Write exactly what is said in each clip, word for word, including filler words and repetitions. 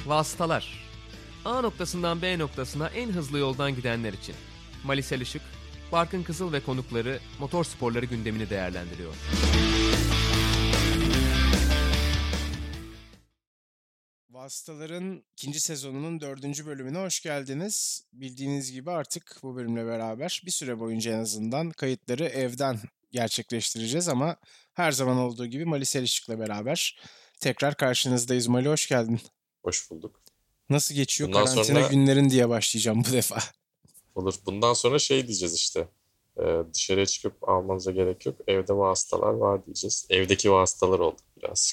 Vasıtalar. A noktasından B noktasına en hızlı yoldan gidenler için. Malisel Işık, Barkın Kızıl ve konukları motor sporları gündemini değerlendiriyor. Vasıtaların ikinci sezonunun dördüncü bölümüne hoş geldiniz. Bildiğiniz gibi artık bu bölümle beraber bir süre boyunca en azından kayıtları evden gerçekleştireceğiz ama her zaman olduğu gibi Malisel Işık'la beraber tekrar karşınızdayız. Mali, hoş geldin. Hoş bulduk. Nasıl geçiyor Bundan karantina sonra... günlerin diye başlayacağım bu defa. Olur. Bundan sonra şey diyeceğiz işte. Ee, dışarıya çıkıp almanıza gerek yok. Evde vasıtalar var diyeceğiz. Evdeki vasıtalar olduk birazcık.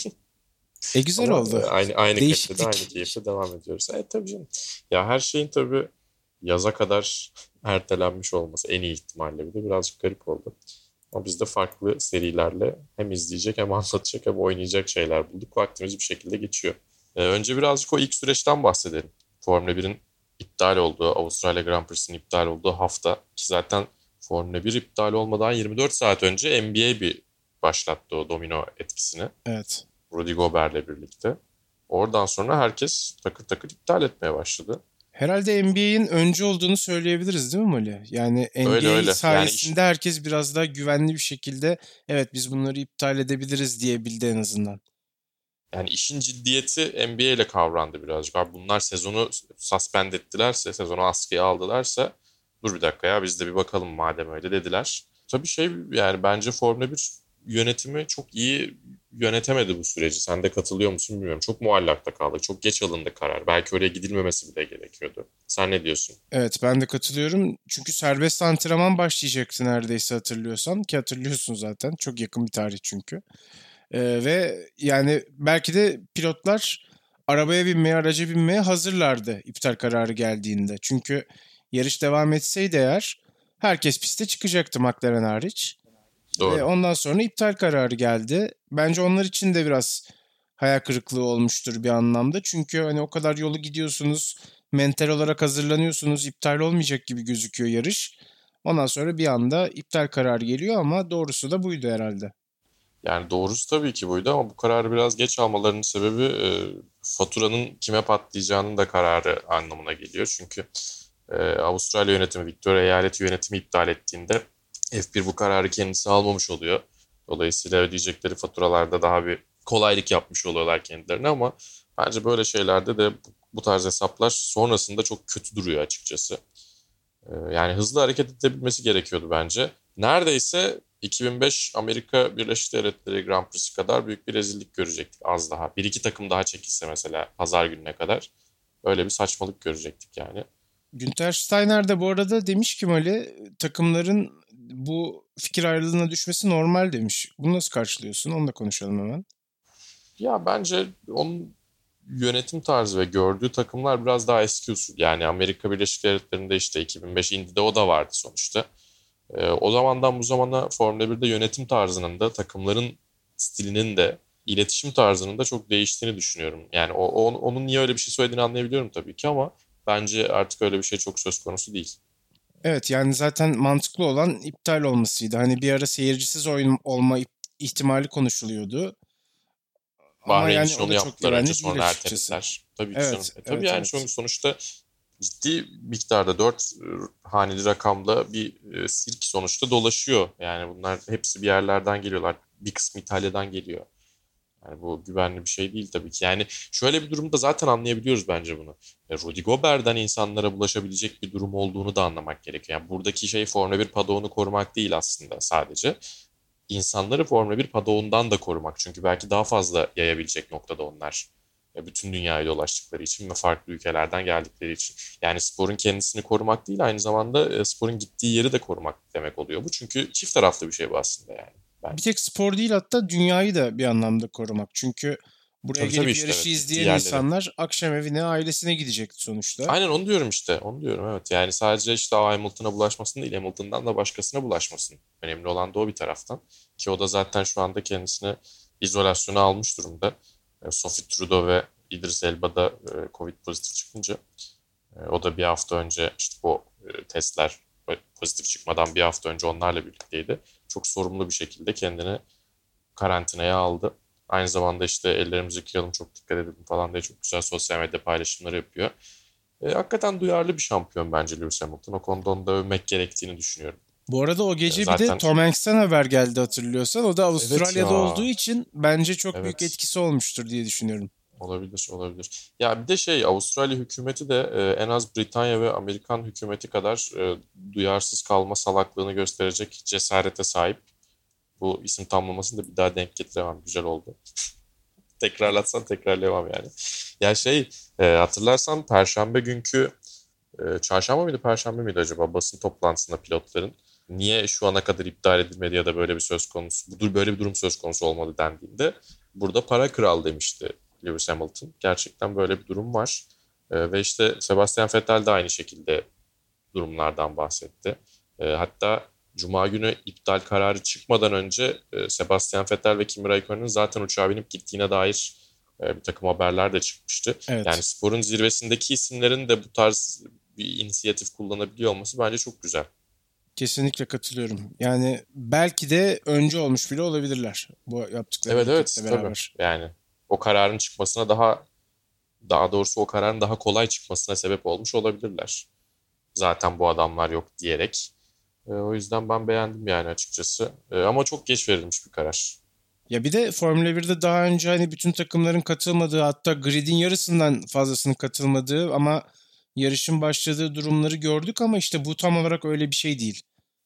E güzel Ama oldu. aynı aynı Değişiklik. kalitede, aynı keyifle devam ediyoruz. Evet tabii canım. Ya her şeyin tabii yaza kadar ertelenmiş olması en iyi ihtimalle bir de birazcık garip oldu. Ama biz de farklı serilerle hem izleyecek hem anlatacak hem oynayacak şeyler bulduk. Vaktimiz bir şekilde geçiyor. Ee, önce birazcık o ilk süreçten bahsedelim. Formula birin iptal olduğu, Avustralya Grand Prix'sinin iptal olduğu hafta ki zaten Formula bir iptal olmadan yirmi dört saat önce N B A bir başlattı o domino etkisini. Evet. Rudy Gobert'le birlikte. Oradan sonra herkes takır takır iptal etmeye başladı. Herhalde N B A'in önce olduğunu söyleyebiliriz değil mi Mali? Yani N B A öyle, öyle. sayesinde yani herkes biraz daha güvenli bir şekilde evet biz bunları iptal edebiliriz diyebildi en azından. Yani işin ciddiyeti N B A ile kavrandı birazcık. Abi bunlar sezonu suspend ettilerse, sezonu askıya aldılarsa dur bir dakika ya biz de bir bakalım madem öyle dediler. Tabii şey yani bence Formula bir yönetimi çok iyi yönetemedi bu süreci. Sen de katılıyor musun bilmiyorum. Çok muallakta kaldık. Çok geç alındı karar. Belki oraya gidilmemesi bile gerekiyordu. Sen ne diyorsun? Evet, ben de katılıyorum. Çünkü serbest antrenman başlayacaktı neredeyse, hatırlıyorsan. Ki hatırlıyorsun zaten. Çok yakın bir tarih çünkü. Ee, ve yani belki de pilotlar arabaya binmeye, araca binmeye hazırlardı iptal kararı geldiğinde. Çünkü yarış devam etseydi eğer herkes piste çıkacaktı McLaren hariç. Ve Doğru. ondan sonra iptal kararı geldi. Bence onlar için de biraz hayal kırıklığı olmuştur bir anlamda. Çünkü hani o kadar yolu gidiyorsunuz, mental olarak hazırlanıyorsunuz, iptal olmayacak gibi gözüküyor yarış. Ondan sonra bir anda iptal kararı geliyor ama doğrusu da buydu herhalde. Yani doğrusu tabii ki buydu ama bu kararı biraz geç almalarının sebebi e, faturanın kime patlayacağının da kararı anlamına geliyor. Çünkü e, Avustralya yönetimi, Victoria eyaleti yönetimi iptal ettiğinde F bir bu kararı kendisi almamış oluyor. Dolayısıyla ödeyecekleri faturalarda daha bir kolaylık yapmış oluyorlar kendilerine ama bence böyle şeylerde de bu, bu tarz hesaplar sonrasında çok kötü duruyor açıkçası. E, yani hızlı hareket edebilmesi gerekiyordu bence. Neredeyse iki bin beş Amerika Birleşik Devletleri Grand Prix'si kadar büyük bir rezillik görecektik az daha. Bir iki takım daha çekilse mesela pazar gününe kadar öyle bir saçmalık görecektik yani. Günter Steiner de bu arada demiş ki Mali, takımların bu fikir ayrılığına düşmesi normal demiş. Bunu nasıl karşılıyorsun? Onu da konuşalım hemen. Ya bence onun yönetim tarzı ve gördüğü takımlar biraz daha eski usul. Yani Amerika Birleşik Devletleri'nde işte iki bin beş Indy'de o da vardı sonuçta. Ee, o zamandan bu zamana Formula birde yönetim tarzının da takımların stilinin de iletişim tarzının da çok değiştiğini düşünüyorum. Yani o, o- onun niye öyle bir şey söylediğini anlayabiliyorum tabii ki ama bence artık öyle bir şey çok söz konusu değil. Evet, yani zaten mantıklı olan iptal olmasıydı. Hani bir ara seyircisiz oyun olma ip- ihtimali konuşuluyordu. Ama Bahreyn yani için o onu da çok yaptılar önce güvenli değil sonra açıkçası. ertelediler. Tabii ki canım. Evet, E, tabii evet, yani evet. çünkü sonuçta ciddi miktarda dört haneli rakamla bir e, sirk sonuçta dolaşıyor. Yani bunlar hepsi bir yerlerden geliyorlar. Bir kısmı İtalya'dan geliyor. Yani bu güvenli bir şey değil tabii ki. Yani şöyle bir durumda zaten anlayabiliyoruz bence bunu. E, Rudy Gobert'den insanlara bulaşabilecek bir durum olduğunu da anlamak gerekiyor. Yani buradaki şey Formula bir paddoğunu korumak değil aslında sadece. İnsanları Formula bir paddoğundan da korumak. Çünkü belki daha fazla yayabilecek noktada onlar. E, bütün dünyaya dolaştıkları için ve farklı ülkelerden geldikleri için. Yani sporun kendisini korumak değil, aynı zamanda e, sporun gittiği yeri de korumak demek oluyor bu. Çünkü çift taraflı bir şey bu aslında yani Bir bence. tek spor değil, hatta dünyayı da bir anlamda korumak. Çünkü buraya Tabii tabii gelip işte yarışı evet gittiği izleyen yerleri. insanlar akşam evine, ailesine gidecekti sonuçta. Aynen onu diyorum işte. Onu diyorum evet. Yani sadece işte Hamilton'a bulaşmasın değil, Hamilton'dan da başkasına bulaşmasın. Önemli olan da o bir taraftan. Ki o da zaten şu anda kendisini izolasyona almış durumda. E, Sophie Trudeau ve İdris Elba da e, Covid pozitif çıkınca e, o da bir hafta önce işte bu e, testler pozitif çıkmadan bir hafta önce onlarla birlikteydi. Çok sorumlu bir şekilde kendini karantinaya aldı. Aynı zamanda işte ellerimizi yıkayalım, çok dikkat edelim falan diye çok güzel sosyal medya paylaşımları yapıyor. E, hakikaten duyarlı bir şampiyon bence Lewis Hamilton. O konuda onu da övmek gerektiğini düşünüyorum. Bu arada o E, gece bir de zaten Tom Hanks'ten haber geldi hatırlıyorsan. O da evet Avustralya'da ya. olduğu için bence çok büyük Evet. etkisi olmuştur diye düşünüyorum. Olabilir, olabilir. Ya bir de şey, Avustralya hükümeti de e, en az Britanya ve Amerikan hükümeti kadar e, duyarsız kalma salaklığını gösterecek cesarete sahip. Bu isim tamlamasını da bir daha denk getiremem. Güzel oldu. Tekrarlatsan tekrarlayamam yani. Ya şey, e, hatırlarsan Perşembe günkü, e, Çarşamba mıydı, Perşembe miydi acaba basın toplantısında pilotların niye şu ana kadar iptal edilmedi ya da böyle bir söz konusu, bu böyle bir durum söz konusu olmadı dendiğinde burada para kral demişti Lewis Hamilton. Gerçekten böyle bir durum var. E, ve işte Sebastian Vettel de aynı şekilde durumlardan bahsetti. E, hatta Cuma günü iptal kararı çıkmadan önce e, Sebastian Vettel ve Kimi Räikkönen'in zaten uçağa binip gittiğine dair e, bir takım haberler de çıkmıştı. Yani Evet. sporun zirvesindeki isimlerin de bu tarz bir inisiyatif kullanabiliyor olması bence çok güzel. Kesinlikle katılıyorum. Yani belki de önce olmuş bile olabilirler bu yaptıkları Evet hareketle evet tabii. beraber. Yani o kararın çıkmasına daha daha doğrusu o kararın daha kolay çıkmasına sebep olmuş olabilirler. Zaten bu adamlar yok diyerek. E, o yüzden ben beğendim yani açıkçası. E, ama çok geç verilmiş bir karar. Ya bir de Formula birde daha önce hani bütün takımların katılmadığı, hatta gridin yarısından fazlasının katılmadığı ama yarışın başladığı durumları gördük ama işte bu tam olarak öyle bir şey değil.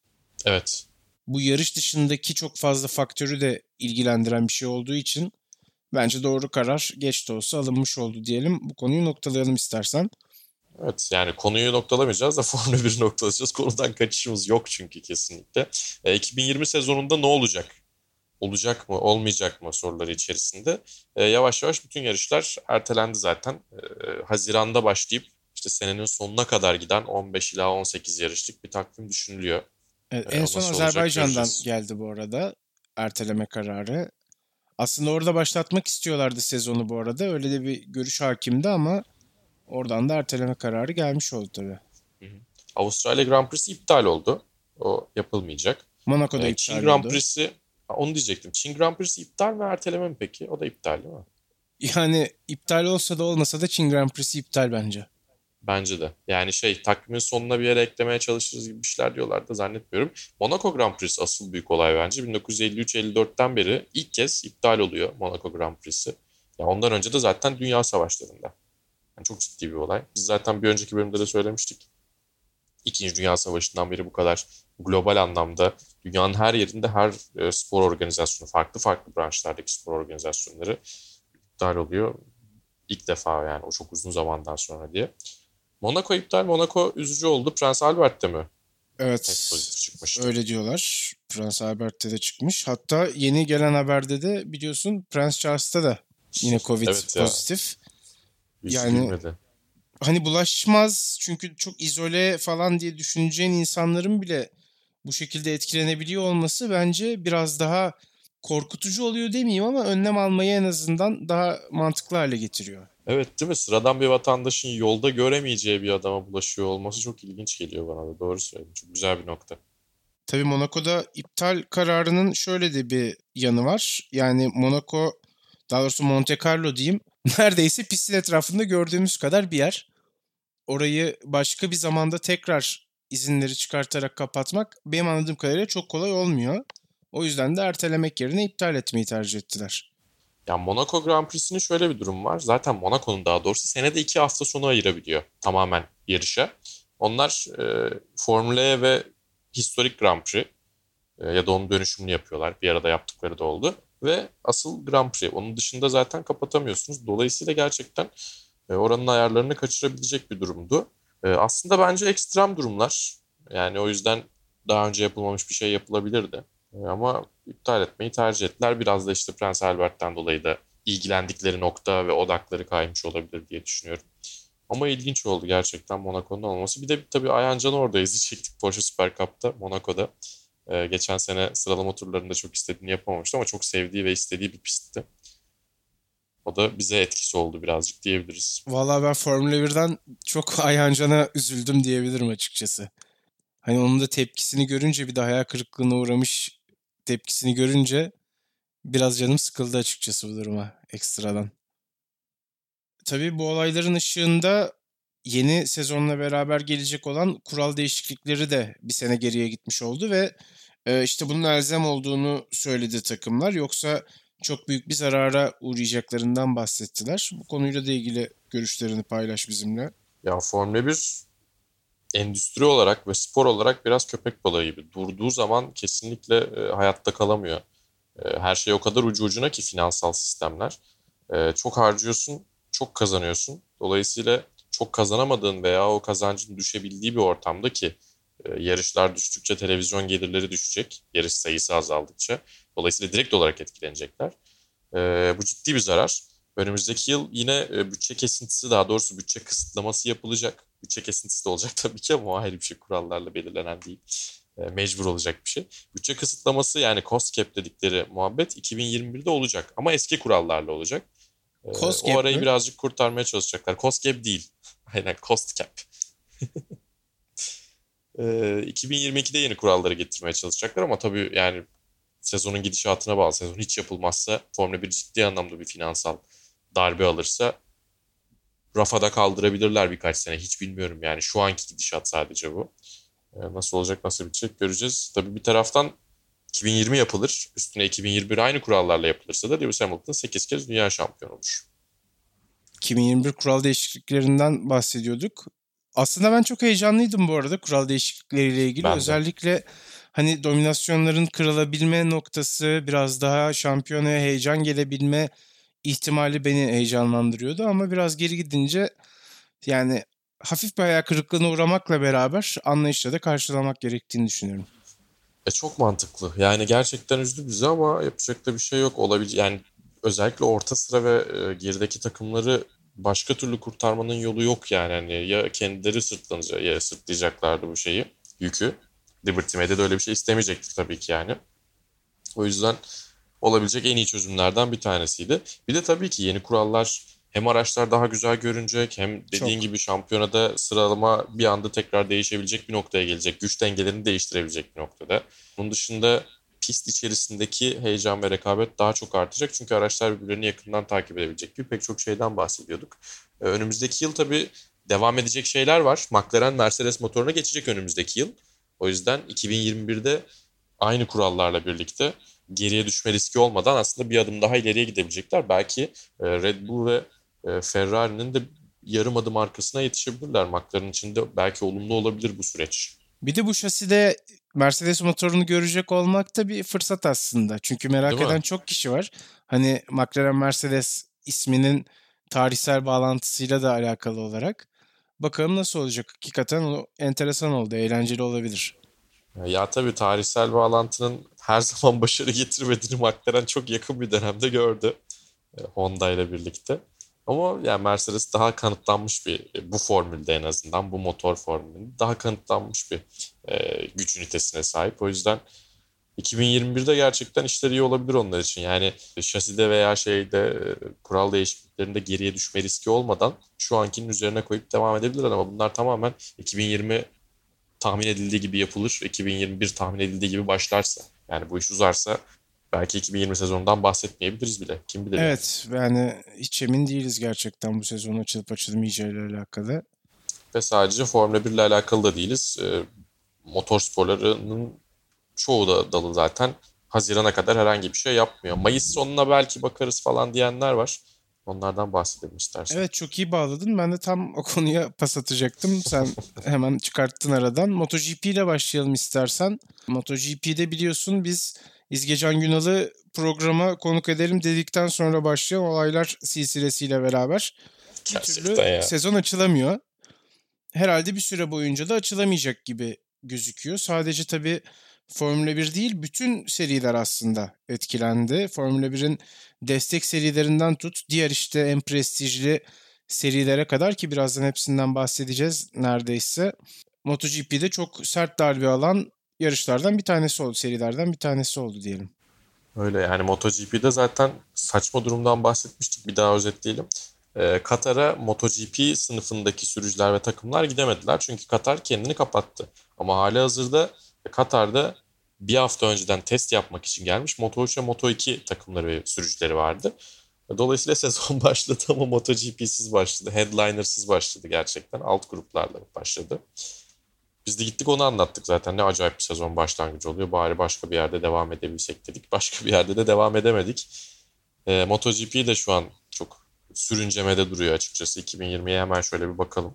Evet. Bu yarış dışındaki çok fazla faktörü de ilgilendiren bir şey olduğu için bence doğru karar geç de olsa alınmış oldu diyelim. Bu konuyu noktalayalım istersen. Evet yani konuyu noktalamayacağız da Formula biri noktalayacağız. Konudan kaçışımız yok çünkü kesinlikle. E, iki bin yirmi sezonunda ne olacak? Olacak mı, olmayacak mı soruları içerisinde. E, yavaş yavaş bütün yarışlar ertelendi zaten. E, Haziran'da başlayıp işte senenin sonuna kadar giden on beş ila on sekiz yarışlık bir takvim düşünülüyor. Evet, E, en o son nasıl olacak Azerbaycan'dan göreceğiz. geldi bu arada erteleme kararı. Aslında orada başlatmak istiyorlardı sezonu bu arada. Öyle de bir görüş hakimdi ama oradan da erteleme kararı gelmiş oldu tabii. Hı hı. Avustralya Grand Prix'si iptal oldu. O yapılmayacak. Monaco'da E, Çin iptal Grand oldu. Prix'si, ha, onu diyecektim. Çin Grand Prix'si iptal mi erteleme mi peki? O da iptal değil mi? Yani iptal olsa da olmasa da Çin Grand Prix'si iptal bence. Bence de. Yani şey, takvimin sonuna bir yere eklemeye çalışırız gibi bir şeyler diyorlar da zannetmiyorum. Monaco Grand Prix'si asıl büyük olay bence. bin dokuz yüz elli üç elli dörtten beri ilk kez iptal oluyor Monaco Grand Prix'si. Ya ondan önce de zaten Dünya Savaşları'nda. Yani çok ciddi bir olay. Biz zaten bir önceki bölümde de söylemiştik. İkinci Dünya Savaşı'ndan beri bu kadar global anlamda dünyanın her yerinde her e, spor organizasyonu, farklı farklı branşlardaki spor organizasyonları iptal oluyor. İlk defa yani o çok uzun zamandan sonra diye. Monaco iptal. Monaco üzücü oldu. Prens Albert'te mi test Evet, pozitif çıkmıştı? öyle diyorlar. Prens Albert'te de çıkmış. Hatta yeni gelen haberde de biliyorsun Prens Charles'ta da yine Covid Evet ya. pozitif. Yüzü Yani gülmedi. hani bulaşmaz çünkü çok izole falan diye düşüneceğin insanların bile bu şekilde etkilenebiliyor olması bence biraz daha korkutucu oluyor demeyeyim ama önlem almayı en azından daha mantıklı hale getiriyor. Evet değil mi? Sıradan bir vatandaşın yolda göremeyeceği bir adama bulaşıyor olması çok ilginç geliyor bana da. Doğru söyledin. Çok güzel bir nokta. Tabii Monaco'da iptal kararının şöyle de bir yanı var. Yani Monaco, daha doğrusu Monte Carlo diyeyim, neredeyse pistin etrafında gördüğümüz kadar bir yer. Orayı başka bir zamanda tekrar izinleri çıkartarak kapatmak benim anladığım kadarıyla çok kolay olmuyor. O yüzden de ertelemek yerine iptal etmeyi tercih ettiler. Ya Monaco Grand Prix'sinin şöyle bir durum var. Zaten Monaco'nun daha doğrusu senede iki hafta sonu ayırabiliyor tamamen yarışa. Onlar e, Formula E ve Historic Grand Prix e, ya da onun dönüşümünü yapıyorlar. Bir arada yaptıkları da oldu. Ve asıl Grand Prix. Onun dışında zaten kapatamıyorsunuz. Dolayısıyla gerçekten e, oranın ayarlarını kaçırabilecek bir durumdu. E, aslında bence ekstrem durumlar. Yani o yüzden daha önce yapılmamış bir şey yapılabilirdi. E, ama iptal etmeyi tercih ettiler. Biraz da işte Prens Albert'ten dolayı da ilgilendikleri nokta ve odakları kaymış olabilir diye düşünüyorum. Ama ilginç oldu gerçekten Monaco'nun olması. Bir de tabii Ayhan Can'ı orada izleyecektik Porsche Süper Cup'ta Monaco'da. Ee, geçen sene sıralama turlarında çok istediğini yapamamıştı ama çok sevdiği ve istediği bir pistti. O da bize etkisi oldu birazcık diyebiliriz. Vallahi ben Formula birden çok Ayhan Can'a üzüldüm diyebilirim açıkçası. Hani onun da tepkisini görünce, bir de hayal kırıklığına uğramış tepkisini görünce Biraz canım sıkıldı açıkçası bu duruma ekstradan. Tabii bu olayların ışığında yeni sezonla beraber gelecek olan kural değişiklikleri de bir sene geriye gitmiş oldu ve e, işte bunun elzem olduğunu söyledi takımlar. Yoksa çok büyük bir zarara uğrayacaklarından bahsettiler. Bu konuyla da ilgili görüşlerini paylaş bizimle. Ya Formula bir endüstri olarak ve spor olarak biraz köpek balığı gibi. Durduğu zaman kesinlikle e, hayatta kalamıyor. E, her şey o kadar ucu ucuna ki finansal sistemler. E, çok harcıyorsun, çok kazanıyorsun. Dolayısıyla çok kazanamadığın veya o kazancın düşebildiği bir ortamda ki e, yarışlar düştükçe televizyon gelirleri düşecek. Yarış sayısı azaldıkça. Dolayısıyla direkt olarak etkilenecekler. E, bu ciddi bir zarar. Önümüzdeki yıl yine e, bütçe kesintisi, daha doğrusu bütçe kısıtlaması yapılacak. Bütçe kesintisi de olacak tabii ki ama o ayrı bir şey, kurallarla belirlenen değil. E, mecbur olacak bir şey. Bütçe kısıtlaması, yani cost cap dedikleri muhabbet iki bin yirmi birde olacak ama eski kurallarla olacak. E, Cost o cap arayı mi? birazcık kurtarmaya çalışacaklar. Cost cap değil. Aynen, cost cap. e, iki bin yirmi ikide yeni kuralları getirmeye çalışacaklar ama tabii yani sezonun gidişatına bağlı. Sezon hiç yapılmazsa, Formula bir ciddi anlamda bir finansal darbe alırsa rafada kaldırabilirler birkaç sene. Hiç bilmiyorum yani, şu anki gidişat sadece bu. Ee, nasıl olacak, nasıl bitecek göreceğiz. Tabii bir taraftan iki bin yirmi yapılır. Üstüne iki bin yirmi bir aynı kurallarla yapılırsa da Lewis Hamilton sekiz kez dünya şampiyonu olur. iki bin yirmi bir kural değişikliklerinden bahsediyorduk. Aslında ben çok heyecanlıydım bu arada kural değişiklikleriyle ilgili. Ben de. Özellikle hani dominasyonların kırılabilme noktası, biraz daha şampiyonaya heyecan gelebilme ihtimali beni heyecanlandırıyordu. Ama biraz geri gidince yani hafif bir hayal kırıklığına uğramakla beraber anlayışla da karşılamak gerektiğini düşünüyorum. E çok mantıklı. Yani gerçekten üzdü bizi ama yapacak da bir şey yok. Olabilecek, yani özellikle orta sıra ve e, gerideki takımları başka türlü kurtarmanın yolu yok yani. Hani ya kendileri sırtlanacak ya sırtlayacaklardı bu şeyi, yükü. Liberty Media de öyle bir şey istemeyecektir tabii ki yani. O yüzden olabilecek en iyi çözümlerden bir tanesiydi. Bir de tabii ki yeni kurallar, hem araçlar daha güzel görünecek, hem dediğin Çok. gibi şampiyonada sıralama bir anda tekrar değişebilecek bir noktaya gelecek. Güç dengelerini değiştirebilecek bir noktada. Bunun dışında pist içerisindeki heyecan ve rekabet daha çok artacak. Çünkü araçlar birbirlerini yakından takip edebilecek gibi pek çok şeyden bahsediyorduk. Ee, önümüzdeki yıl tabii devam edecek şeyler var. McLaren Mercedes motoruna geçecek önümüzdeki yıl. O yüzden iki bin yirmi birde aynı kurallarla birlikte geriye düşme riski olmadan aslında bir adım daha ileriye gidebilecekler. Belki e, Red Bull ve e, Ferrari'nin de yarım adım arkasına yetişebilirler. McLaren için de belki olumlu olabilir bu süreç. Bir de bu şaside Mercedes motorunu görecek olmak da bir fırsat aslında. Çünkü merak Değil mi? eden çok kişi var. Hani McLaren Mercedes isminin tarihsel bağlantısıyla da alakalı olarak. Bakalım nasıl olacak. Hakikaten o enteresan oldu. Eğlenceli olabilir. Ya tabii tarihsel bağlantının her zaman başarı getirmediğini McLaren çok yakın bir dönemde gördü. e, Honda ile birlikte. Ama yani Mercedes daha kanıtlanmış bir, e, bu formülde en azından bu motor formülünde daha kanıtlanmış bir e, güç ünitesine sahip. O yüzden iki bin yirmi birde gerçekten işler iyi olabilir onlar için. Yani şaside veya şeyde e, kural değişikliklerinde geriye düşme riski olmadan şu ankinin üzerine koyup devam edebilirler ama bunlar tamamen iki bin yirmi tahmin edildiği gibi yapılır, iki bin yirmi bir tahmin edildiği gibi başlarsa. Yani bu iş uzarsa belki iki bin yirmi sezonundan bahsetmeyebiliriz bile. Kim bilir yani. Evet, yani hiç emin değiliz gerçekten bu sezon açılıp açılmayacağıyla alakalı. Ve sadece Formula bir ile alakalı da değiliz. E, motor sporlarının çoğu da dalı zaten Haziran'a kadar herhangi bir şey yapmıyor. Mayıs sonuna belki bakarız falan diyenler var. Onlardan bahsedelim istersen. Evet, çok iyi bağladın. Ben de tam o konuya pas atacaktım. Sen hemen çıkarttın aradan. MotoGP ile başlayalım istersen. MotoGP'de biliyorsun biz İzgecan Günal'ı programa konuk edelim dedikten sonra başlayan olaylar silsilesiyle beraber bir türlü Gerçekten ya. sezon açılamıyor. Herhalde bir süre boyunca da açılamayacak gibi gözüküyor. Sadece tabii Formula bir değil, bütün seriler aslında etkilendi. Formula birin destek serilerinden tut, diğer işte en prestijli serilere kadar ki birazdan hepsinden bahsedeceğiz neredeyse. MotoGP'de çok sert darbe alan yarışlardan bir tanesi oldu, serilerden bir tanesi oldu diyelim. Öyle yani, MotoGP'de zaten saçma durumdan bahsetmiştik. Bir daha özetleyelim. Ee, Katar'a MotoGP sınıfındaki sürücüler ve takımlar gidemediler. Çünkü Katar kendini kapattı. Ama hali hazırda Katar'da bir hafta önceden test yapmak için gelmiş. Moto üç ve Moto iki takımları ve sürücüleri vardı. Dolayısıyla sezon başladı ama MotoGP'siz başladı. Headliner'sız başladı gerçekten. Alt gruplarla başladı. Biz de gittik onu anlattık zaten. Ne acayip bir sezon başlangıcı oluyor. Bari başka bir yerde devam edebilsek dedik. Başka bir yerde de devam edemedik. E, MotoGP de şu an çok sürüncemede duruyor açıkçası. iki bin yirmiye hemen şöyle bir bakalım.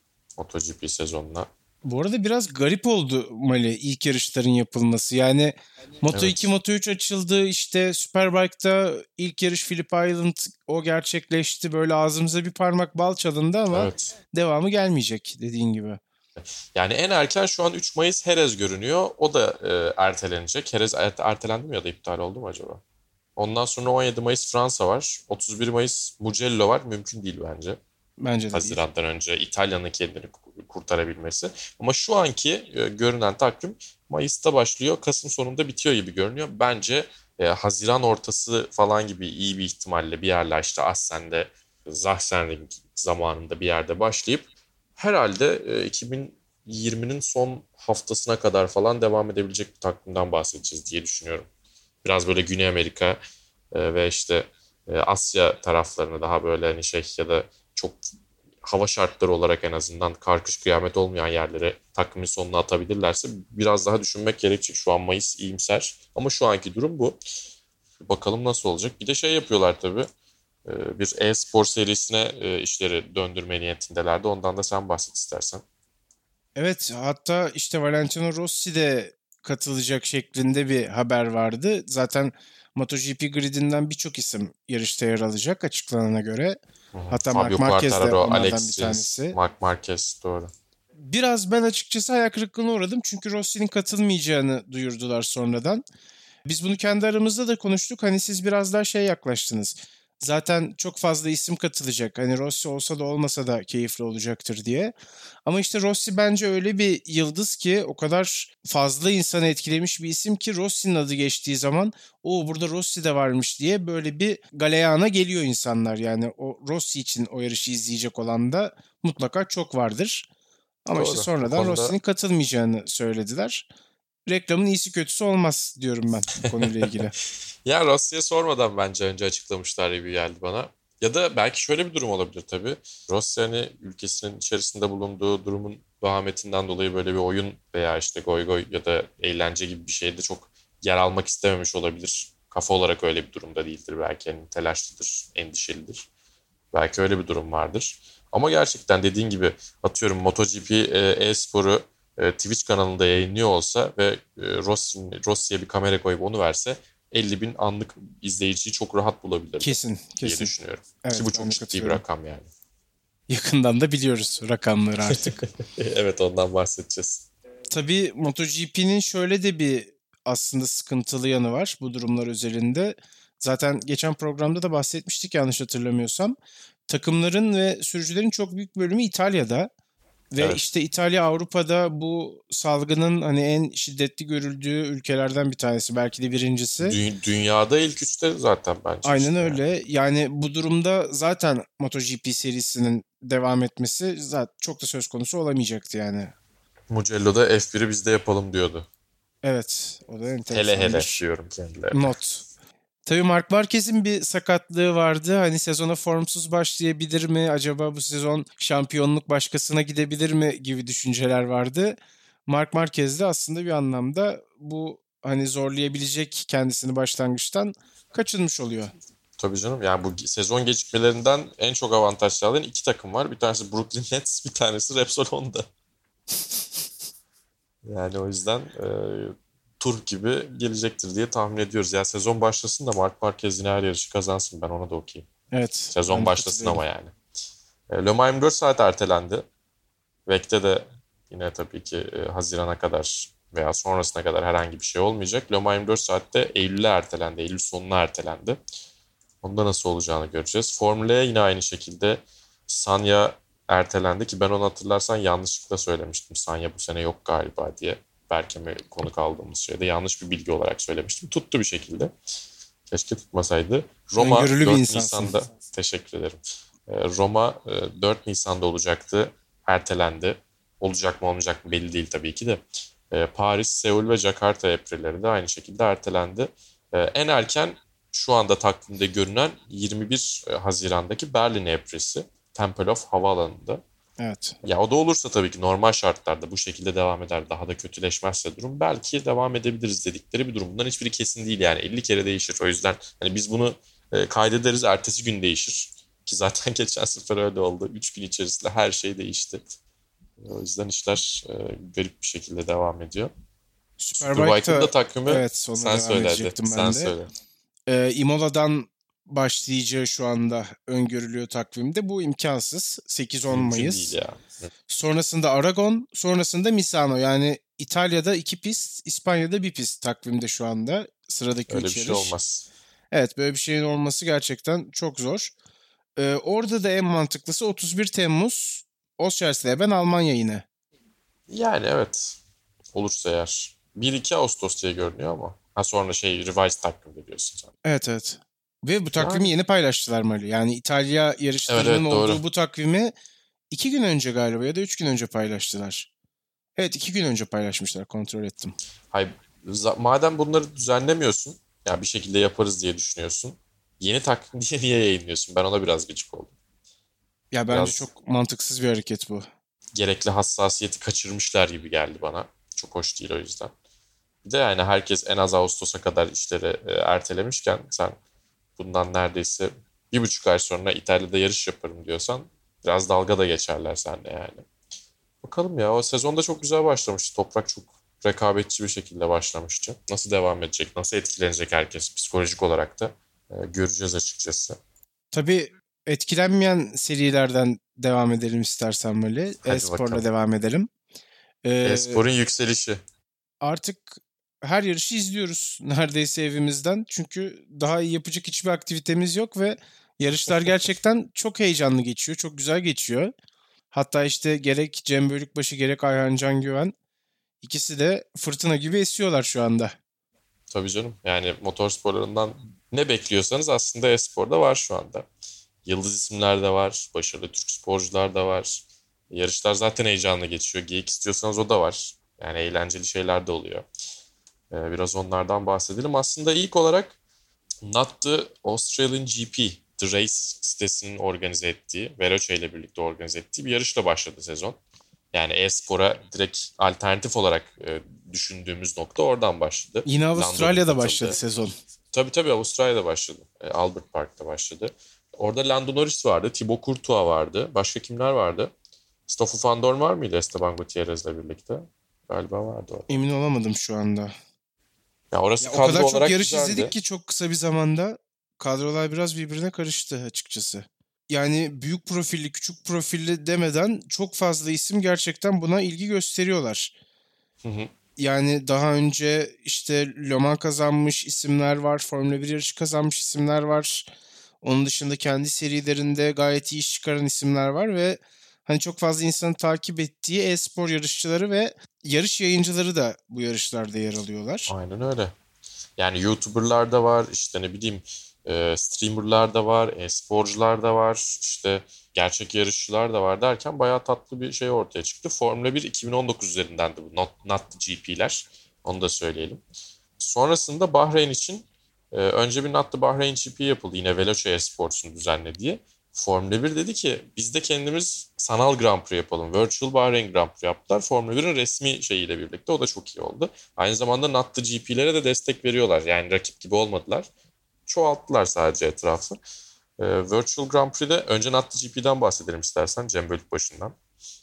MotoGP sezonuna. Bu arada biraz garip oldu Mali ilk yarışların yapılması. Yani Moto iki, evet. Moto üç açıldı. İşte Superbike'da ilk yarış Phillip Island o gerçekleşti. Böyle ağzımıza bir parmak bal çalındı ama evet. Devamı gelmeyecek dediğin gibi. Yani en erken şu an üç Mayıs Jerez görünüyor. O da e, ertelenecek. Jerez ertelendi mi ya da iptal oldu mu acaba? Ondan sonra on yedi Mayıs Fransa var. otuz bir Mayıs Mugello var. Mümkün değil bence. Bence de Haziran'dan değil. Önce İtalya'nın kendini kurtarabilmesi. Ama şu anki e, görünen takvim Mayıs'ta başlıyor. Kasım sonunda bitiyor gibi görünüyor. Bence e, Haziran ortası falan gibi iyi bir ihtimalle bir yerler işte Assen'de, Sachsenring zamanında bir yerde başlayıp herhalde e, iki bin yirminin son haftasına kadar falan devam edebilecek bir takvimden bahsedeceğiz diye düşünüyorum. Biraz böyle Güney Amerika e, ve işte e, Asya taraflarını daha böyle hani şey ya da çok hava şartları olarak en azından kar kış kıyamet olmayan yerlere takvimin sonuna atabilirlerse biraz daha düşünmek gerekecek. Şu an Mayıs iyimser ama şu anki durum bu. Bakalım nasıl olacak. Bir de şey yapıyorlar tabii. Bir e-spor serisine işleri döndürme niyetindelerdi. Ondan da sen bahset istersen. Evet, hatta işte Valentino Rossi de katılacak şeklinde bir haber vardı. Zaten MotoGP gridinden birçok isim yarışta yer alacak açıklanana göre. Hı-hı. Hatta Fabio Marc Marquez de onlardan Alexis, bir tanesi. Marc Marquez doğru. Biraz ben açıkçası hayal kırıklığına uğradım. Çünkü Rossi'nin katılmayacağını duyurdular sonradan. Biz bunu kendi aramızda da konuştuk. Hani siz biraz daha şey yaklaştınız. Zaten çok fazla isim katılacak. Hani Rossi olsa da olmasa da keyifli olacaktır diye. Ama işte Rossi bence öyle bir yıldız ki o kadar fazla insanı etkilemiş bir isim ki Rossi'nin adı geçtiği zaman o burada Rossi de varmış diye böyle bir galeyana geliyor insanlar. Yani o Rossi için o yarışı izleyecek olan da mutlaka çok vardır. Ama Doğru. işte sonradan konuda... Rossi'nin katılmayacağını söylediler. Reklamın iyisi kötüsü olmaz diyorum ben bu konuyla ilgili. Ya Rossi'ye sormadan bence önce açıklamışlar gibi geldi bana. Ya da belki şöyle bir durum olabilir tabii. Rossi hani ülkesinin içerisinde bulunduğu durumun vahmetinden dolayı böyle bir oyun veya işte goy goy ya da eğlence gibi bir şeyde çok yer almak istememiş olabilir. Kafa olarak öyle bir durumda değildir. Belki yani telaşlıdır, endişelidir. Belki öyle bir durum vardır. Ama gerçekten dediğin gibi atıyorum MotoGP e-sporu Twitch kanalında yayınlıyor olsa ve Rossi'ye Rossi bir kamera koyup onu verse elli bin anlık izleyiciyi çok rahat bulabilir. Kesin, diye kesin. düşünüyorum. Evet, Ki bu çok ciddi bir rakam yani. Yakından da biliyoruz rakamları artık. Evet, ondan bahsedeceğiz. Tabii MotoGP'nin şöyle de bir aslında sıkıntılı yanı var bu durumlar özelinde. Zaten geçen programda da bahsetmiştik yanlış hatırlamıyorsam. Takımların ve sürücülerin çok büyük bölümü İtalya'da. Ve evet. işte İtalya Avrupa'da bu salgının hani en şiddetli görüldüğü ülkelerden bir tanesi. Belki de birincisi. Dü- dünyada ilk üçte zaten bence. Aynen işte öyle. Yani. yani bu durumda zaten MotoGP serisinin devam etmesi zaten çok da söz konusu olamayacaktı yani. Mugello'da F biri bizde yapalım diyordu. Evet. O da enteresan. Hele hele diyorum kendilerine. Not. Tabii Marc Marquez'in bir sakatlığı vardı. Hani sezona formsuz başlayabilir mi? Acaba bu sezon şampiyonluk başkasına gidebilir mi gibi düşünceler vardı. Marc Marquez de aslında bir anlamda bu hani zorlayabilecek kendisini başlangıçtan kaçınmış oluyor. Tabii canım, yani bu sezon gecikmelerinden en çok avantaj sağlayan iki takım var. Bir tanesi Brooklyn Nets, bir tanesi Repsol Honda. Yani o yüzden e, tur gibi gelecektir diye tahmin ediyoruz. Ya sezon başlasın da Marc Marquez yine her yarışı kazansın, ben ona da okuyayım. Evet. Sezon başlasın ama yani. E, Le Mans yirmi dört saat ertelendi. V E C'te de yine tabii ki e, Haziran'a kadar veya sonrasına kadar herhangi bir şey olmayacak. Le Mans yirmi dört saatte Eylül'e ertelendi. Eylül sonuna ertelendi. Onda nasıl olacağını göreceğiz. Formula E yine aynı şekilde Sanya ertelendi ki ben onu hatırlarsan yanlışlıkla söylemiştim. Sanya bu sene yok galiba diye. Berkem'e konuk aldığımız şeyde yanlış bir bilgi olarak söylemiştim. Tuttu bir şekilde. Keşke tutmasaydı. Roma dört Nisan'da teşekkür ederim. Roma dört Nisan'da olacaktı. Ertelendi. Olacak mı olmayacak mı belli değil tabii ki de. E, Paris, Seul ve Jakarta April'leri de aynı şekilde ertelendi. E, en erken şu anda takvimde görünen yirmi bir Haziran'daki Berlin April'si Tempelhof Havaalanı'nda. Evet. Ya o da olursa tabii ki normal şartlarda bu şekilde devam eder. Daha da kötüleşmezse durum belki devam edebiliriz dedikleri bir durum. Bundan hiçbiri kesin değil yani. elli kere değişir. O yüzden hani biz bunu e, kaydederiz. Ertesi gün değişir. Ki zaten geçen sefer öyle oldu. Üç gün içerisinde her şey değişti. O yüzden işler e, garip bir şekilde devam ediyor. Superbike'ın da takvimi evet, sen söyle hadi. Sen de. söyle. Ee, Imola'dan başlayacağı şu anda öngörülüyor takvimde. Bu imkansız. sekiz on Mümkün Mayıs. değil ya. Sonrasında Aragon, sonrasında Misano. Yani İtalya'da iki pist, İspanya'da bir pist takvimde şu anda. Sıradaki Öyle üç bir yarış. şey olmaz. Evet, böyle bir şeyin olması gerçekten çok zor. Ee, orada da en mantıklısı otuz bir Temmuz Oschersleben Almanya yine. Yani evet. Olursa eğer. bir iki Ağustos diye görünüyor ama. Ha sonra şey revise takvim veriyorsun sen. Evet evet. Ve bu takvimi Yani. yeni paylaştılar Mali. Yani İtalya yarışlarının evet, evet, olduğu doğru. bu takvimi iki gün önce galiba ya da üç gün önce paylaştılar. Evet, iki gün önce paylaşmışlar, kontrol ettim. Hayır, madem bunları düzenlemiyorsun, ya bir şekilde yaparız diye düşünüyorsun. Yeni takvim diye niye yayınlıyorsun? Ben ona biraz gıcık oldum. Ya bence Biraz çok mantıksız bir hareket bu. gerekli hassasiyeti kaçırmışlar gibi geldi bana. Çok hoş değil o yüzden. Bir de yani herkes en az Ağustos'a kadar işleri e, ertelemişken sen bundan neredeyse bir buçuk ay sonra İtalya'da yarış yaparım diyorsan biraz dalga da geçerler seninle yani. Bakalım ya, o sezonda çok güzel başlamıştı. Toprak çok rekabetçi bir şekilde başlamıştı. Nasıl devam edecek, nasıl etkilenecek herkes psikolojik olarak da e, göreceğiz açıkçası. Tabii etkilenmeyen serilerden devam edelim istersen Mali. E-Spor'la devam edelim. Ee, E-Spor'un yükselişi. Artık her yarışı izliyoruz neredeyse evimizden. Çünkü daha iyi yapacak hiçbir aktivitemiz yok ve yarışlar gerçekten çok heyecanlı geçiyor. Çok güzel geçiyor. Hatta işte gerek Cem Bölükbaşı gerek Ayhan Can Güven, ikisi de fırtına gibi esiyorlar şu anda. Tabii canım. Yani motorsporlarından ne bekliyorsanız aslında e-sporda var şu anda. Yıldız isimler de var. Başarılı Türk sporcular da var. Yarışlar zaten heyecanlı geçiyor. Geyik istiyorsanız o da var. Yani eğlenceli şeyler de oluyor. Ee, biraz onlardan bahsedelim. Aslında ilk olarak Not the Australian G P, The Race sitesinin organize ettiği, Veloce ile birlikte organize ettiği bir yarışla başladı sezon. Yani e-spora direkt alternatif olarak e, düşündüğümüz nokta oradan başladı. Yine Avustralya'da başladı sezon. Tabii tabii Avustralya'da başladı. E, Albert Park'ta başladı. Orada Lando Norris vardı, Thibaut Courtois vardı. Başka kimler vardı? Stoffel Van Dorn var mıydı Esteban Gutierrez'le birlikte? Galiba vardı orada. Emin olamadım şu anda. Ya orası ya kadro o kadar olarak çok yarış güzeldi. izledik ki çok kısa bir zamanda kadrolar biraz birbirine karıştı açıkçası. Yani büyük profilli, küçük profilli demeden çok fazla isim gerçekten buna ilgi gösteriyorlar. Hı hı. Yani daha önce işte Le Mans kazanmış isimler var, Formula bir yarışı kazanmış isimler var. Onun dışında kendi serilerinde gayet iyi iş çıkaran isimler var ve hani çok fazla insanın takip ettiği e-spor yarışçıları ve yarış yayıncıları da bu yarışlarda yer alıyorlar. Aynen öyle. Yani YouTuber'lar da var, işte ne bileyim e, streamer'lar da var, e-sporcular da var, işte gerçek yarışçılar da var derken bayağı tatlı bir şey ortaya çıktı. Formula bir iki bin on dokuz üzerindendi bu Not, Not the G P'ler. Onu da söyleyelim. Sonrasında Bahreyn için e, önce bir Not the Bahreyn G P yapıldı. Yine Veloce Esports'un düzenlediği. Formula bir dedi ki biz de kendimiz sanal Grand Prix yapalım. Virtual Bahrain Grand Prix yaptılar. Formula bir'in resmi şeyiyle birlikte. O da çok iyi oldu. Aynı zamanda Not the G P'lere de destek veriyorlar. Yani rakip gibi olmadılar. Çoğalttılar sadece etrafı. Ee, Virtual Grand Prix'de önce Not the G P'den bahsedelim istersen. Cem Bölükbaşı'ndan.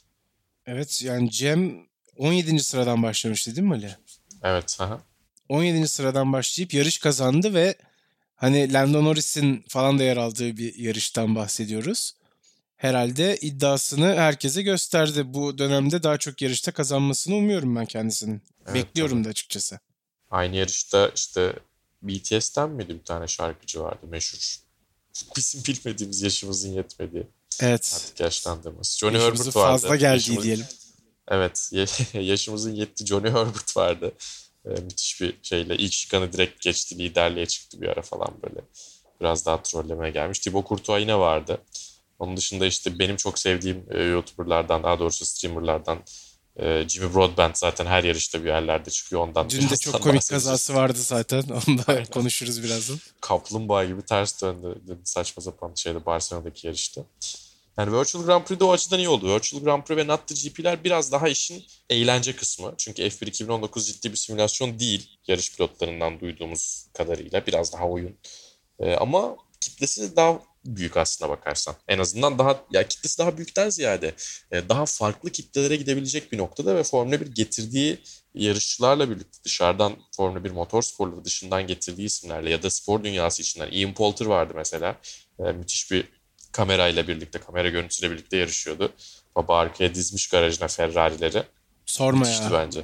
Evet yani Cem on yedinci sıradan başlamıştı değil mi Ali? Evet. Aha. on yedinci sıradan başlayıp yarış kazandı ve hani Lando Norris'in falan da yer aldığı bir yarıştan bahsediyoruz. Herhalde iddiasını herkese gösterdi. Bu dönemde daha çok yarışta kazanmasını umuyorum ben kendisinin. Evet, Bekliyorum tabii. da açıkçası. Aynı yarışta işte B T S'ten miydi bir tane şarkıcı vardı meşhur. Bizim bilmediğimiz yaşımızın yetmediği. Evet. Artık yaşlandığımız. Johnny Yaşımızın Herbert vardı. fazla geldiği Yaşımız... diyelim. Evet. Yaşımızın yetti Johnny Herbert vardı. Ee, müthiş bir şeyle. İlk şikanı direkt geçti. Liderliğe çıktı bir ara falan böyle. Biraz daha trollemeye gelmiş. Thibaut Courtois yine vardı. Onun dışında işte benim çok sevdiğim e, YouTuber'lardan, daha doğrusu streamer'lardan Ee, Jimmy Broadbent zaten her yarışta bir yerlerde çıkıyor. Ondan Dün de çok komik kazası vardı zaten. Onu da Aynen. konuşuruz birazdan. Kaplumbağa gibi ters döndü. Saçma sapan şeyde Barcelona'daki yarışta. Yani Virtual Grand Prix'de o açıdan iyi oldu. Virtual Grand Prix ve MotoGP'ler biraz daha işin eğlence kısmı. Çünkü F bir iki bin on dokuz ciddi bir simülasyon değil. Yarış pilotlarından duyduğumuz kadarıyla. Biraz daha oyun. Ee, ama kitlesi daha büyük aslına bakarsan. En azından daha, ya kitlesi daha büyükten ziyade e, daha farklı kitlelere gidebilecek bir noktada ve Formula bir getirdiği yarışçılarla birlikte dışarıdan Formula bir motorsporları dışından getirdiği isimlerle ya da spor dünyası içinden Ian Poulter vardı mesela. E, müthiş bir kamerayla birlikte, kamera görüntüsüyle birlikte yarışıyordu. Baba arkaya dizmiş garajına Ferrari'leri. Sorma Müthişti ya. bence.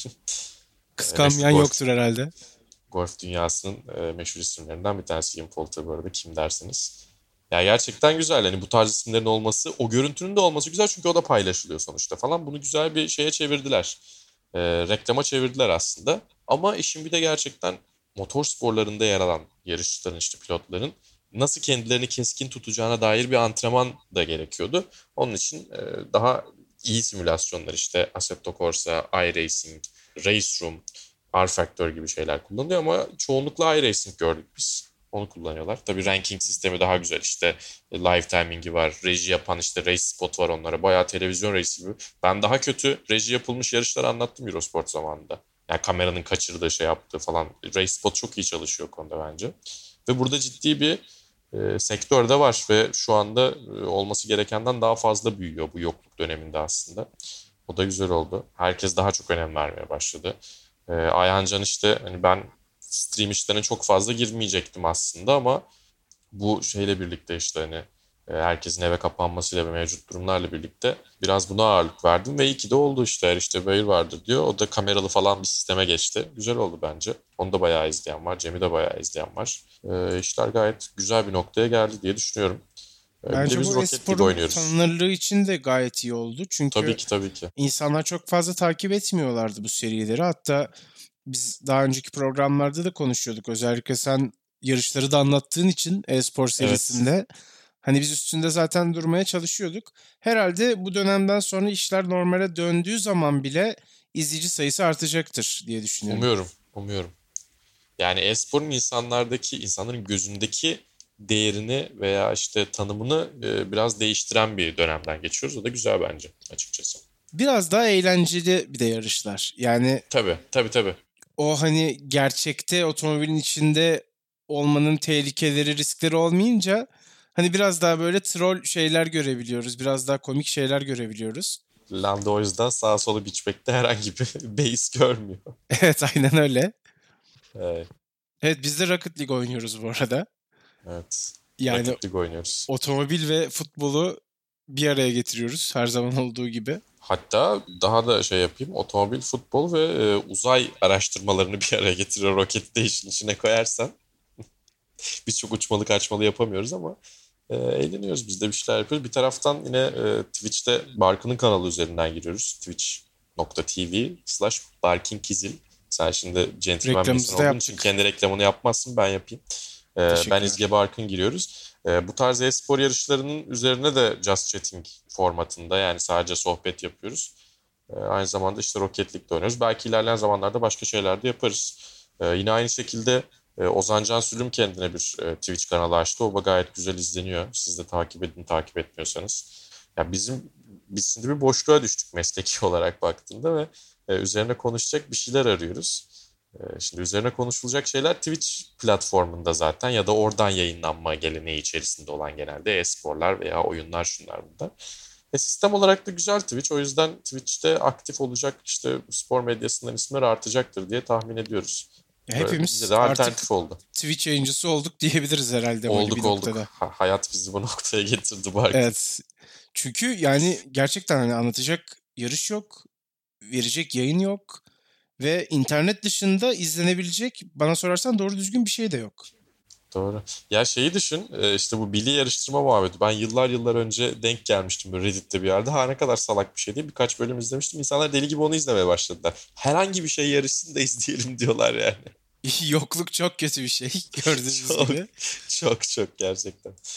Kıskanmayan golf, yoktur herhalde. golf dünyasının e, meşhur isimlerinden bir tanesi Ian Poulter bu arada, kim dersiniz. Ya gerçekten güzel. Hani bu tarz isimlerin olması, o görüntünün de olması güzel çünkü o da paylaşılıyor sonuçta falan. Bunu güzel bir şeye çevirdiler. E, reklama çevirdiler aslında. Ama işin bir de gerçekten motor sporlarında yer alan yarışçıların, işte pilotların nasıl kendilerini keskin tutacağına dair bir antrenman da gerekiyordu. Onun için e, daha iyi simülasyonlar, işte Assetto Corsa, iRacing, Race Room, R-Factor gibi şeyler kullanılıyor ama çoğunlukla iRacing gördük biz. Onu kullanıyorlar. Tabii ranking sistemi daha güzel. İşte live timing'i var. Reji yapan işte race spot var onlara. Bayağı televizyon race'i gibi. Ben daha kötü reji yapılmış yarışları anlattım Eurosport zamanında. Yani kameranın kaçırdığı, şey yaptığı falan. Race spot çok iyi çalışıyor o konuda bence. Ve burada ciddi bir e, sektör de var ve şu anda e, olması gerekenden daha fazla büyüyor bu yokluk döneminde aslında. O da güzel oldu. Herkes daha çok önem vermeye başladı. E, Ayhan Can işte hani ben stream işlerine çok fazla girmeyecektim aslında ama bu şeyle birlikte işte hani e, herkesin eve kapanmasıyla ve mevcut durumlarla birlikte biraz buna ağırlık verdim ve iyi ki de oldu işte. Her işte Bale vardı diyor. O da kameralı falan bir sisteme geçti. Güzel oldu bence. Onu da bayağı izleyen var. Cem'i de bayağı izleyen var. E, işler gayet güzel bir noktaya geldi diye düşünüyorum. E, bir de Bence biz bu Rocket League e-sporun oynuyoruz. tanınırlığı için de gayet iyi oldu. Tabii Çünkü ki tabii ki. insanlar çok fazla takip etmiyorlardı bu serileri. Hatta biz daha önceki programlarda da konuşuyorduk. Özellikle sen yarışları da anlattığın için e-spor Evet. serisinde hani biz üstünde zaten durmaya çalışıyorduk. Herhalde bu dönemden sonra işler normale döndüğü zaman bile izleyici sayısı artacaktır diye düşünüyorum. Umuyorum. Umuyorum. Yani e-sporun insanlardaki, insanların gözündeki değerini veya işte tanımını e, biraz değiştiren bir dönemden geçiyoruz. O da güzel bence açıkçası. Biraz daha eğlenceli bir de yarışlar. Yani Tabii, tabii tabii. o hani gerçekte otomobilin içinde olmanın tehlikeleri, riskleri olmayınca hani biraz daha böyle troll şeyler görebiliyoruz. Biraz daha komik şeyler görebiliyoruz. Lando o yüzden sağa sola biçmekte herhangi bir beis görmüyor. Evet, aynen öyle. Evet, Evet, biz de Rocket League oynuyoruz bu arada. evet. Yani Rocket League oynuyoruz. otomobil ve futbolu bir araya getiriyoruz her zaman olduğu gibi. Hatta daha da şey yapayım, otomobil, futbol ve e, uzay araştırmalarını bir araya getiriyor Rocket'i de işin içine koyarsan. Biz çok uçmalı kaçmalı yapamıyoruz ama e, eğleniyoruz, biz de bir şeyler yapıyoruz. Bir taraftan yine e, Twitch'te Barkın'ın kanalı üzerinden giriyoruz. Twitch.tv slash Barkin Kizil. Sen şimdi gentleman bir insan Reklamımızı da olduğun için yaptık. kendi reklamını yapmazsın, ben yapayım. E, ben Teşekkürler. İzge Barkın giriyoruz. E, bu tarz e-spor yarışlarının üzerine de Just Chatting formatında, yani sadece sohbet yapıyoruz. E, aynı zamanda işte Rocket League'de oynuyoruz. Belki ilerleyen zamanlarda başka şeyler de yaparız. E, yine aynı şekilde e, Ozan Can Sülüm kendine bir e, Twitch kanalı açtı. O da gayet güzel izleniyor. Siz de takip edin, takip etmiyorsanız. Ya bizim biz şimdi bir boşluğa düştük mesleki olarak baktığında ve e, üzerine konuşacak bir şeyler arıyoruz. E, şimdi üzerine konuşulacak şeyler Twitch platformunda zaten ya da oradan yayınlanma geleneği içerisinde olan genelde e-sporlar veya oyunlar, şunlar bunlar. E, sistem olarak da güzel Twitch. O yüzden Twitch'te aktif olacak, işte spor medyasından isimler artacaktır diye tahmin ediyoruz. Böyle bize Hepimiz de artık alternatif oldu. Twitch yayıncısı olduk diyebiliriz herhalde böyle bir Olduk olduk. noktada. Ha- hayat bizi bu noktaya getirdi Barkın. Evet. Çünkü yani gerçekten hani anlatacak yarış yok, verecek yayın yok ve internet dışında izlenebilecek, bana sorarsan doğru düzgün bir şey de yok. Doğru. Ya şeyi düşün, e, işte bu Billy yarıştırma muhabbeti. Ben yıllar yıllar önce denk gelmiştim böyle Reddit'te bir yerde. Ha, ne kadar salak bir şey değil. Birkaç bölüm izlemiştim. İnsanlar deli gibi onu izlemeye başladılar. Herhangi bir şey yarışsın da izleyelim diyorlar yani. Yokluk çok kötü bir şey gördüğünüz Çok gibi. çok çok gerçekten.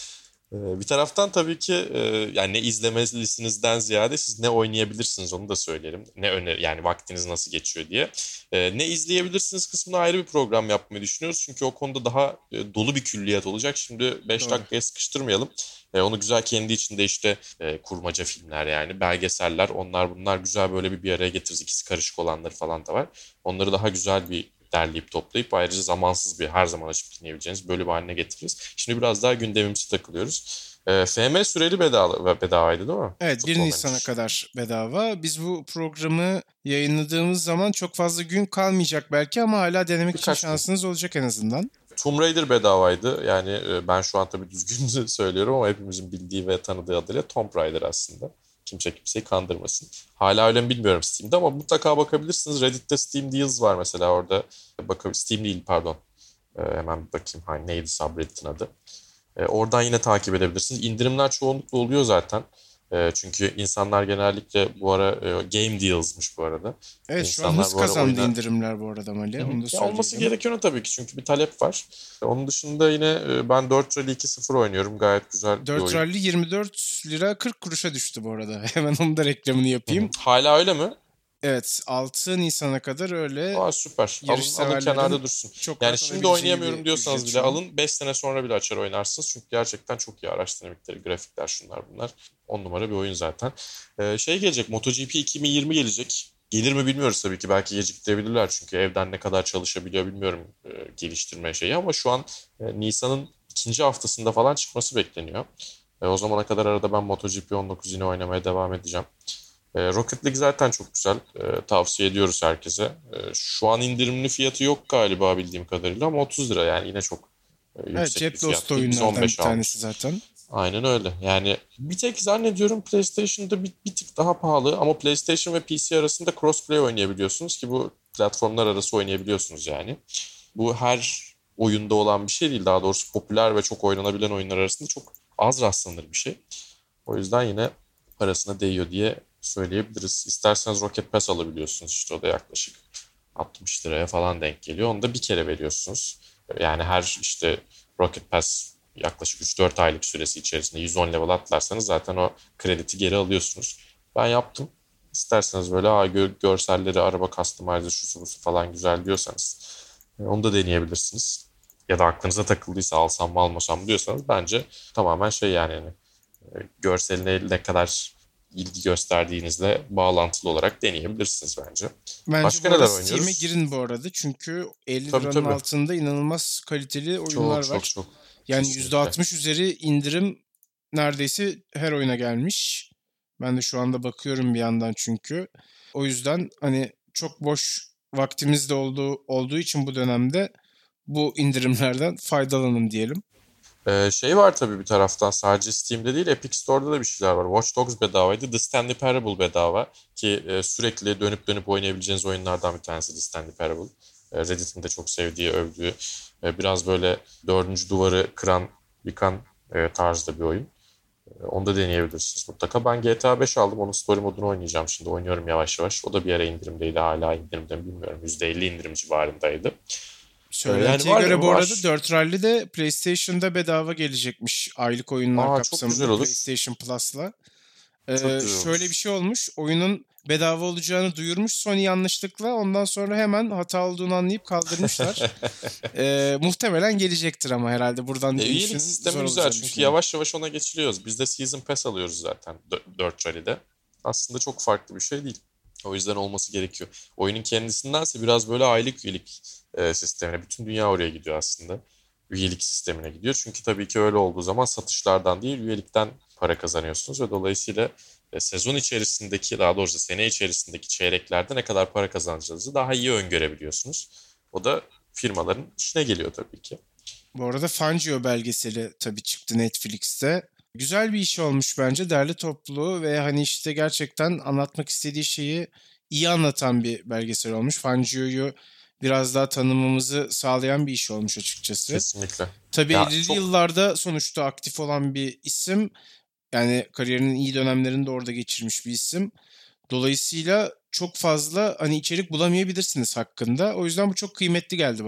Ee, Bir taraftan tabii ki e, yani ne izlemelisinizden ziyade siz ne oynayabilirsiniz onu da söyleyelim. Ne öner yani vaktiniz nasıl geçiyor diye. Ee, ne izleyebilirsiniz kısmına ayrı bir program yapmayı düşünüyoruz. Çünkü o konuda daha e, dolu bir külliyat olacak. Şimdi beş Doğru. dakikaya sıkıştırmayalım. E, onu güzel kendi içinde işte e, kurmaca filmler yani belgeseller onlar bunlar güzel böyle bir bir araya getiririz. İkisi karışık olanları falan da var. Onları daha güzel bir derleyip toplayıp ayrıca zamansız bir her zaman açıp dinleyebileceğiniz bölüm haline getiririz. Şimdi biraz daha gündemimize takılıyoruz. E, F M süreli bedava, bedavaydı değil mi? Evet, bir Futbol Nisan'a Manager. kadar bedava. Biz bu programı yayınladığımız zaman çok fazla gün kalmayacak belki ama hala denemek için Birkaç gün. şansınız olacak en azından. Tomb Raider bedavaydı. Yani e, ben şu an tabii düzgün söylüyorum ama hepimizin bildiği ve tanıdığı adıyla Tomb Raider aslında. Kimse kimseyi kandırmasın. Hala öyle mi bilmiyorum Steam'de ama mutlaka bakabilirsiniz. Reddit'te Steam Deals var mesela orada. Bakın Steam değil pardon. E, hemen bir bakayım hani neydi subreddit'in adı. E, oradan yine takip edebilirsiniz. İndirimler çoğunlukla oluyor zaten. E, çünkü insanlar genellikle bu ara e, game deals'mış bu arada. Evet, şu an İnsanlar hız bu ara kazandı oyuna indirimler bu arada Mali. Hı hı. Onu da Ya olması söyleyelim. gerekiyor tabii ki çünkü bir talep var. Onun dışında yine e, ben dört Rally iki sıfır oynuyorum. Gayet güzel bir dört oyun. Rally yirmi dört lira kırk kuruşa düştü bu arada. Hemen onun da reklamını Hı hı. yapayım. Hala öyle mi? Evet, altı Nisan'a kadar öyle Aa, süper. yarış Alın, alın kenarda severlerin dursun. çok Yani rahat şimdi alabileceği oynayamıyorum bir diyorsanız ücret bile şu an. alın. beş sene sonra bile açar oynarsınız. Çünkü gerçekten çok iyi araç dinamikleri, grafikler şunlar bunlar. on numara bir oyun zaten. Ee, şey gelecek MotoGP iki bin yirmi gelecek. Gelir mi bilmiyoruz tabii ki. Belki geciktirebilirler çünkü evden ne kadar çalışabiliyor bilmiyorum e, geliştirme şeyi. Ama şu an e, Nisan'ın ikinci haftasında falan çıkması bekleniyor. E, o zamana kadar arada ben MotoGP on dokuz yine oynamaya devam edeceğim. E, Rocket League zaten çok güzel. E, tavsiye ediyoruz herkese. E, şu an indirimli fiyatı yok galiba bildiğim kadarıyla ama otuz lira yani yine çok e, Evet, yüksek bir cep dostu fiyat değil. Biz oyunlardan bir on beş tanesi almışız. zaten. Aynen öyle. Yani bir tek zannediyorum PlayStation'da bir, bir tık daha pahalı ama PlayStation ve P C arasında crossplay oynayabiliyorsunuz ki bu platformlar arası oynayabiliyorsunuz yani. Bu her oyunda olan bir şey değil. Daha doğrusu popüler ve çok oynanabilen oyunlar arasında çok az rastlanır bir şey. O yüzden yine parasına değiyor diye söyleyebiliriz. İsterseniz Rocket Pass alabiliyorsunuz işte o da yaklaşık altmış liraya falan denk geliyor. Onu da bir kere veriyorsunuz. Yani her işte Rocket Pass yaklaşık üç dört aylık süresi içerisinde yüz on level atlarsanız zaten o krediti geri alıyorsunuz. Ben yaptım. İsterseniz böyle Aa, gö- görselleri, araba customizer, şusu busu falan güzel diyorsanız e, onu da deneyebilirsiniz. Ya da aklınıza takıldıysa alsam mı almasam diyorsanız bence tamamen şey yani hani, e, görseline ne kadar ilgi gösterdiğinizle bağlantılı olarak deneyebilirsiniz bence. Bence Başka bu arada neler Steam'e oynuyoruz? girin bu arada. Çünkü elli Tabii liranın tabii. altında inanılmaz kaliteli oyunlar Çok çok var. çok. Yani Kesinlikle. yüzde altmış üzeri indirim neredeyse her oyuna gelmiş. Ben de şu anda bakıyorum bir yandan çünkü. O yüzden hani çok boş vaktimiz de olduğu, olduğu için bu dönemde bu indirimlerden faydalanın diyelim. Ee, şey var tabii bir taraftan sadece Steam'de değil Epic Store'da da bir şeyler var. Watch Dogs bedavaydı. The Stanley Parable bedava ki e, sürekli dönüp dönüp oynayabileceğiniz oyunlardan bir tanesi The Stanley Parable. E, Reddit'in de çok sevdiği, övdüğü e, biraz böyle dördüncü duvarı kıran, yıkan e, tarzda bir oyun. E, onu da deneyebilirsiniz mutlaka. Ben G T A beş aldım. Onun story modunu oynayacağım şimdi. Oynuyorum yavaş yavaş. O da bir ara indirimdeydi. Hala indirimde mi bilmiyorum. yüzde elli indirim civarındaydı. E, yani Söylentiye var göre bu arada var. dört Rally de PlayStation'da bedava gelecekmiş aylık oyunlar Aa çok güzel kapsamında olur. PlayStation Plus'la. Çok Ee, güzel şöyle bir olur. şey olmuş. Oyunun bedava olacağını duyurmuş Sony yanlışlıkla. Ondan sonra hemen hata olduğunu anlayıp kaldırmışlar. Ee, muhtemelen gelecektir ama herhalde buradan E, üyelik dönüşünün zor sistemi güzel olacağını çünkü düşünüyorum. yavaş yavaş ona geçiliyoruz. Biz de Season Pass alıyoruz zaten dört Rally'de. Aslında çok farklı bir şey değil. O yüzden olması gerekiyor. Oyunun kendisindense biraz böyle aylık üyelik e, sistemine. Bütün dünya oraya gidiyor aslında. Üyelik sistemine gidiyor. Çünkü tabii ki öyle olduğu zaman satışlardan değil üyelikten para kazanıyorsunuz ve dolayısıyla e, sezon içerisindeki daha doğrusu sene içerisindeki çeyreklerde ne kadar para kazanacağınızı daha iyi öngörebiliyorsunuz. O da firmaların işine geliyor tabii ki. Bu arada Fangio belgeseli tabii çıktı Netflix'te. Güzel bir iş olmuş bence. Derli toplu ve hani işte gerçekten anlatmak istediği şeyi iyi anlatan bir belgesel olmuş. Fangio'yu biraz daha tanımamızı sağlayan bir iş olmuş açıkçası. Kesinlikle. Tabii Ya ellili çok yıllarda sonuçta aktif olan bir isim. Yani kariyerinin iyi dönemlerini de orada geçirmiş bir isim. Dolayısıyla çok fazla hani içerik bulamayabilirsiniz hakkında. O yüzden bu çok kıymetli geldi bana.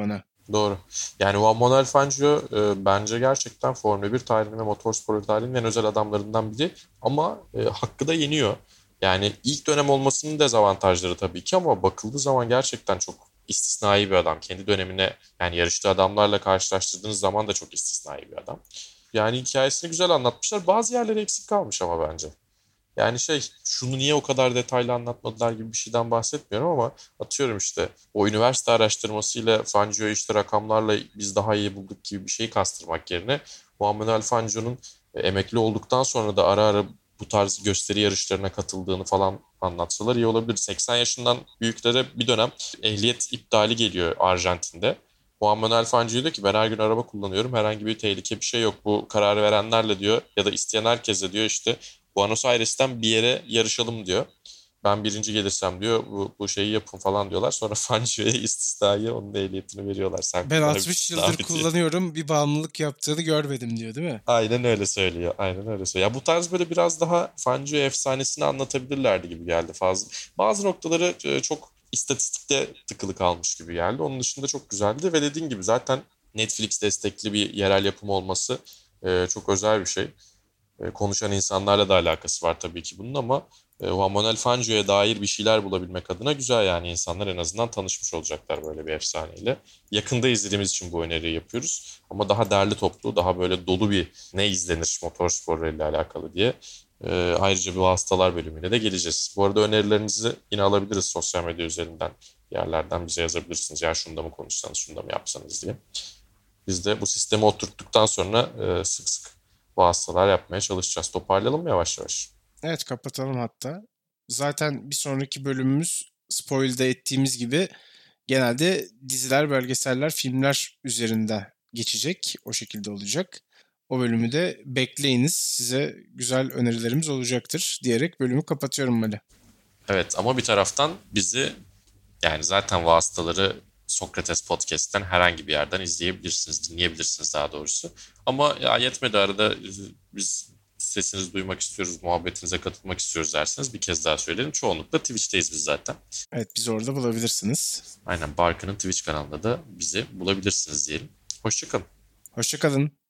Doğru. Yani Juan Manuel Fangio e, bence gerçekten Formula bir tarihinin ve motorspor tarihinin en özel adamlarından biri. Ama e, hakkı da yeniyor. Yani ilk dönem olmasının dezavantajları tabii ki ama bakıldığı zaman gerçekten çok istisnai bir adam. Kendi dönemine yani yarıştığı adamlarla karşılaştırdığınız zaman da çok istisnai bir adam. Yani hikayesini güzel anlatmışlar. Bazı yerleri eksik kalmış ama bence. Yani şey şunu niye o kadar detaylı anlatmadılar gibi bir şeyden bahsetmiyorum ama atıyorum işte o üniversite araştırmasıyla Fangio'yu işte rakamlarla biz daha iyi bulduk gibi bir şeyi kastırmak yerine Juan Manuel Fangio'nun e, emekli olduktan sonra da ara ara bu tarz gösteri yarışlarına katıldığını falan anlatsalar iyi olabilir. seksen yaşından büyüklere bir dönem ehliyet iptali geliyor Arjantin'de. Juan Manuel Fangio diyor ki ben her gün araba kullanıyorum. Herhangi bir tehlike bir şey yok. Bu kararı verenlerle diyor ya da isteyen herkese diyor işte Buenos Aires'ten bir yere yarışalım diyor. Ben birinci gelirsem diyor bu, bu şeyi yapın falan diyorlar. Sonra Fangio'ya istisnayı onun da ehliyetini veriyorlar. Sen Ben altmış kullanabilirsin yıldır abi diye. kullanıyorum, bir bağımlılık yaptığını görmedim diyor, değil mi? Aynen öyle söylüyor. Aynen öyle söylüyor. Ya bu tarz böyle biraz daha Fangio efsanesini anlatabilirlerdi gibi geldi fazla. Bazı noktaları e, çok istatistikte tıkılı kalmış gibi geldi. Onun dışında çok güzeldi ve dediğin gibi zaten Netflix destekli bir yerel yapım olması e, çok özel bir şey. E, konuşan insanlarla da alakası var tabii ki bunun ama e, Juan Manuel Fangio'ya dair bir şeyler bulabilmek adına güzel yani insanlar en azından tanışmış olacaklar böyle bir efsaneyle. Yakında izlediğimiz için bu öneriyi yapıyoruz ama daha derli toplu, daha böyle dolu bir ne izlenir motorsporlarıyla alakalı diye e, ayrıca bir vasıtalar bölümüne de geleceğiz. Bu arada önerilerinizi yine alabiliriz sosyal medya üzerinden. Yerlerden bize yazabilirsiniz. Ya şunu da mı konuşsanız, şunu da mı yapsanız diye. Biz de bu sistemi oturttuktan sonra e, sık sık vasıtalar yapmaya çalışacağız. Toparlayalım mı yavaş yavaş? Evet, kapatalım hatta. Zaten bir sonraki bölümümüz spoil'de ettiğimiz gibi genelde diziler, belgeseller, filmler üzerinde geçecek. O şekilde olacak. O bölümü de bekleyiniz. Size güzel önerilerimiz olacaktır diyerek bölümü kapatıyorum Mali. Evet ama bir taraftan bizi yani zaten vasıtaları Sokrates Podcast'ten herhangi bir yerden izleyebilirsiniz, dinleyebilirsiniz daha doğrusu. Ama ya yetmedi arada e, biz sesinizi duymak istiyoruz, muhabbetinize katılmak istiyoruz derseniz bir kez daha söyleyelim. Çoğunlukla Twitch'teyiz biz zaten. Evet, bizi orada bulabilirsiniz. Aynen Barkın'ın Twitch kanalında da bizi bulabilirsiniz diyelim. Hoşçakalın. Hoşça kalın.